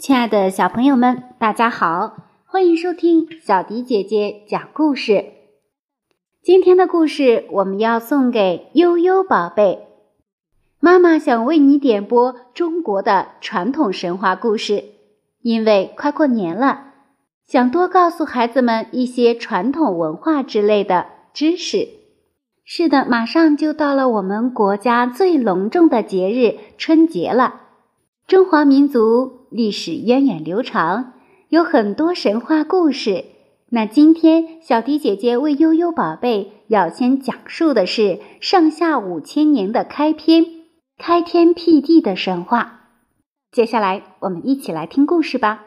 亲爱的小朋友们，大家好，欢迎收听小迪姐姐讲故事。今天的故事我们要送给悠悠宝贝。妈妈想为你点播中国的传统神话故事，因为快过年了，想多告诉孩子们一些传统文化之类的知识。是的，马上就到了我们国家最隆重的节日春节了。中华民族历史源远流长，有很多神话故事。那今天小迪姐姐为悠悠宝贝要先讲述的是上下5000年的开篇，开天辟地的神话。接下来我们一起来听故事吧。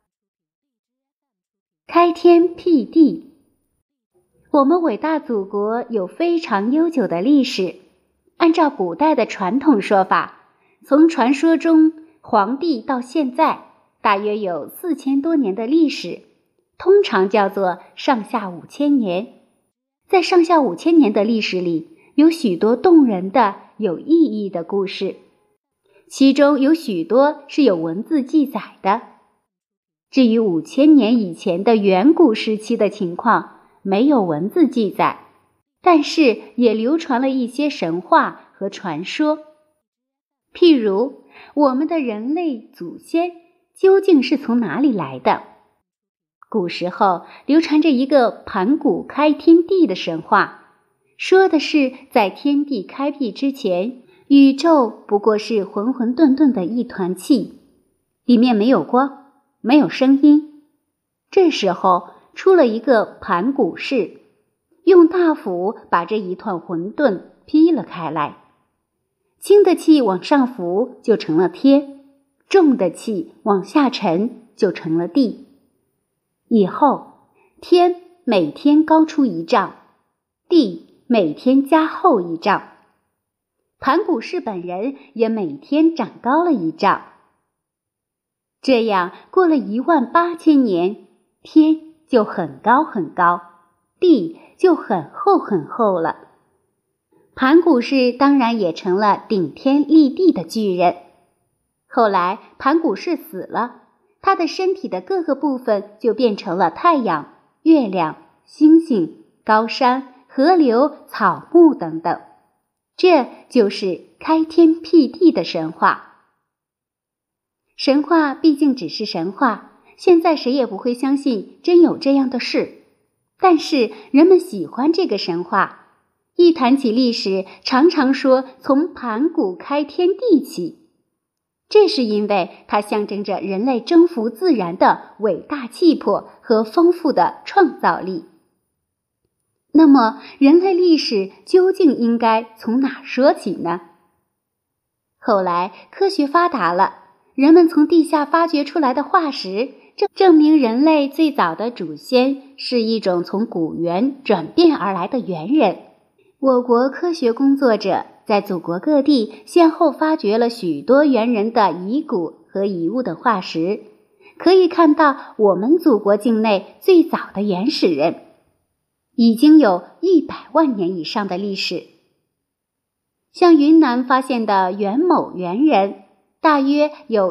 开天辟地。我们伟大祖国有非常悠久的历史，按照古代的传统说法，从传说中黄帝到现在大约有4000多年的历史，通常叫做上下5000年。在上下5000年的历史里，有许多动人的有意义的故事，其中有许多是有文字记载的。至于5000年以前的远古时期的情况，没有文字记载，但是也流传了一些神话和传说。譬如我们的人类祖先究竟是从哪里来的？古时候流传着一个盘古开天地的神话，说的是在天地开辟之前，宇宙不过是混混沌沌的一团气，里面没有光，没有声音。这时候出了一个盘古氏，用大斧把这一团混沌劈了开来，轻的气往上浮就成了天，重的气往下沉就成了地。以后天每天高出1丈，地每天加厚1丈，盘古氏本人也每天长高了1丈。这样过了18000年，天就很高很高，地就很厚很厚了。盘古氏当然也成了顶天立地的巨人。后来盘古氏死了，他的身体的各个部分就变成了太阳、月亮、星星、高山、河流、草木等等。这就是开天辟地的神话。神话毕竟只是神话，现在谁也不会相信真有这样的事，但是人们喜欢这个神话。一谈起历史，常常说从盘古开天地起，这是因为它象征着人类征服自然的伟大气魄和丰富的创造力。那么人类历史究竟应该从哪说起呢？后来科学发达了，人们从地下发掘出来的化石证明人类最早的祖先是一种从古猿转变而来的猿人。我国科学工作者在祖国各地先后发掘了许多猿人的遗骨和遗物的化石，可以看到我们祖国境内最早的原始人已经有100万年以上的历史。像云南发现的元谋猿人大约有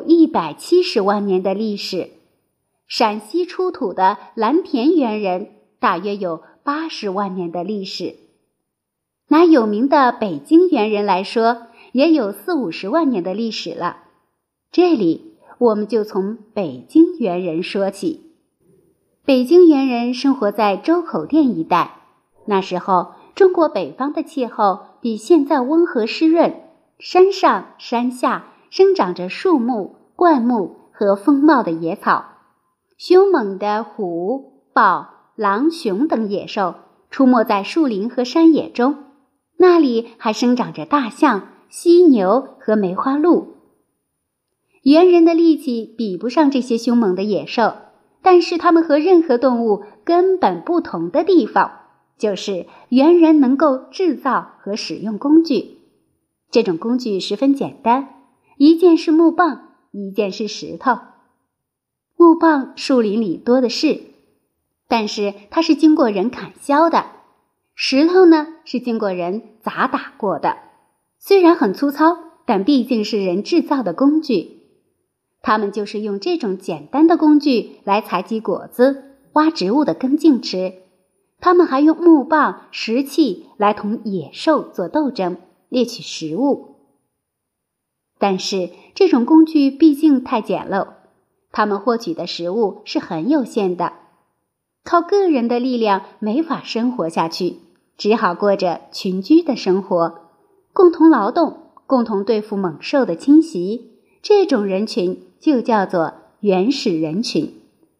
170万年的历史，陕西出土的蓝田猿人大约有80万年的历史。拿有名的北京猿人来说，也有40-50万年的历史了。这里我们就从北京猿人说起。北京猿人生活在周口店一带，那时候中国北方的气候比现在温和湿润，山上山下生长着树木、灌木和丰茂的野草。凶猛的虎、豹、狼、熊等野兽出没在树林和山野中，那里还生长着大象、犀牛和梅花鹿。猿人的力气比不上这些凶猛的野兽，但是它们和任何动物根本不同的地方，就是猿人能够制造和使用工具。这种工具十分简单，一件是木棒，一件是石头。木棒树林里多的是，但是它是经过人砍削的。石头呢，是经过人砸打过的，虽然很粗糙，但毕竟是人制造的工具。 他们就是用这种简单的工具来采集果子、挖植物的根茎吃。他们还用木棒、石器来同野兽做斗争，猎取食物。但是这种工具毕竟太简陋，他们获取的食物是很有限的，靠个人的力量没法生活下去，只好过着群居的生活，共同劳动，共同对付猛兽的侵袭。这种人群就叫做原始人群。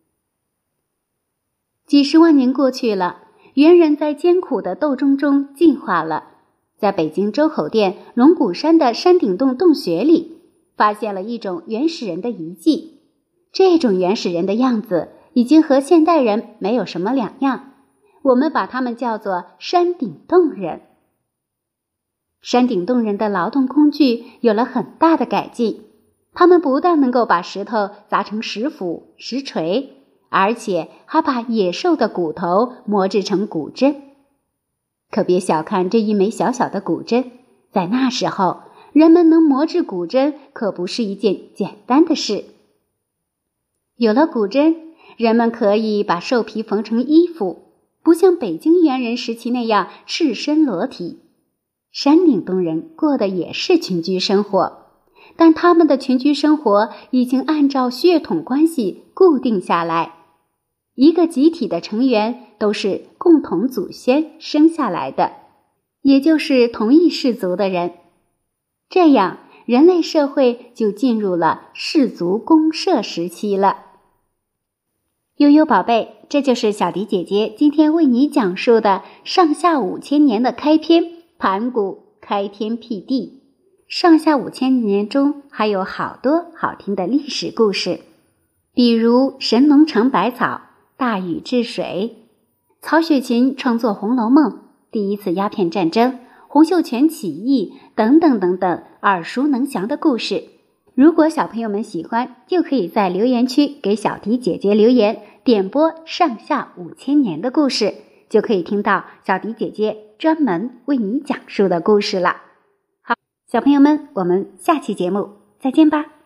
几十万年过去了，猿人在艰苦的斗争中进化了。在北京周口店龙骨山的山顶洞洞穴里，发现了一种原始人的遗迹。这种原始人的样子已经和现代人没有什么两样，我们把他们叫做山顶洞人。山顶洞人的劳动工具有了很大的改进，他们不但能够把石头砸成石斧、石锤，而且还把野兽的骨头磨制成骨针。可别小看这一枚小小的骨针，在那时候，人们能磨制骨针可不是一件简单的事。有了骨针，人们可以把兽皮缝成衣服，不像北京猿人时期那样赤身裸体。山顶洞人过的也是群居生活，但他们的群居生活已经按照血统关系固定下来。一个集体的成员都是共同祖先生下来的，也就是同一氏族的人。这样，人类社会就进入了氏族公社时期了。悠悠宝贝，这就是小迪姐姐今天为你讲述的上下5000年的开篇，盘古开天辟地。上下5000年中还有好多好听的历史故事，比如神农尝百草、大禹治水、曹雪芹创作《红楼梦》、第一次鸦片战争、洪秀全起义等等等等耳熟能详的故事。如果小朋友们喜欢，就可以在留言区给小迪姐姐留言，点播上下5000年的故事，就可以听到小迪姐姐专门为你讲述的故事了。好，小朋友们，我们下期节目再见吧。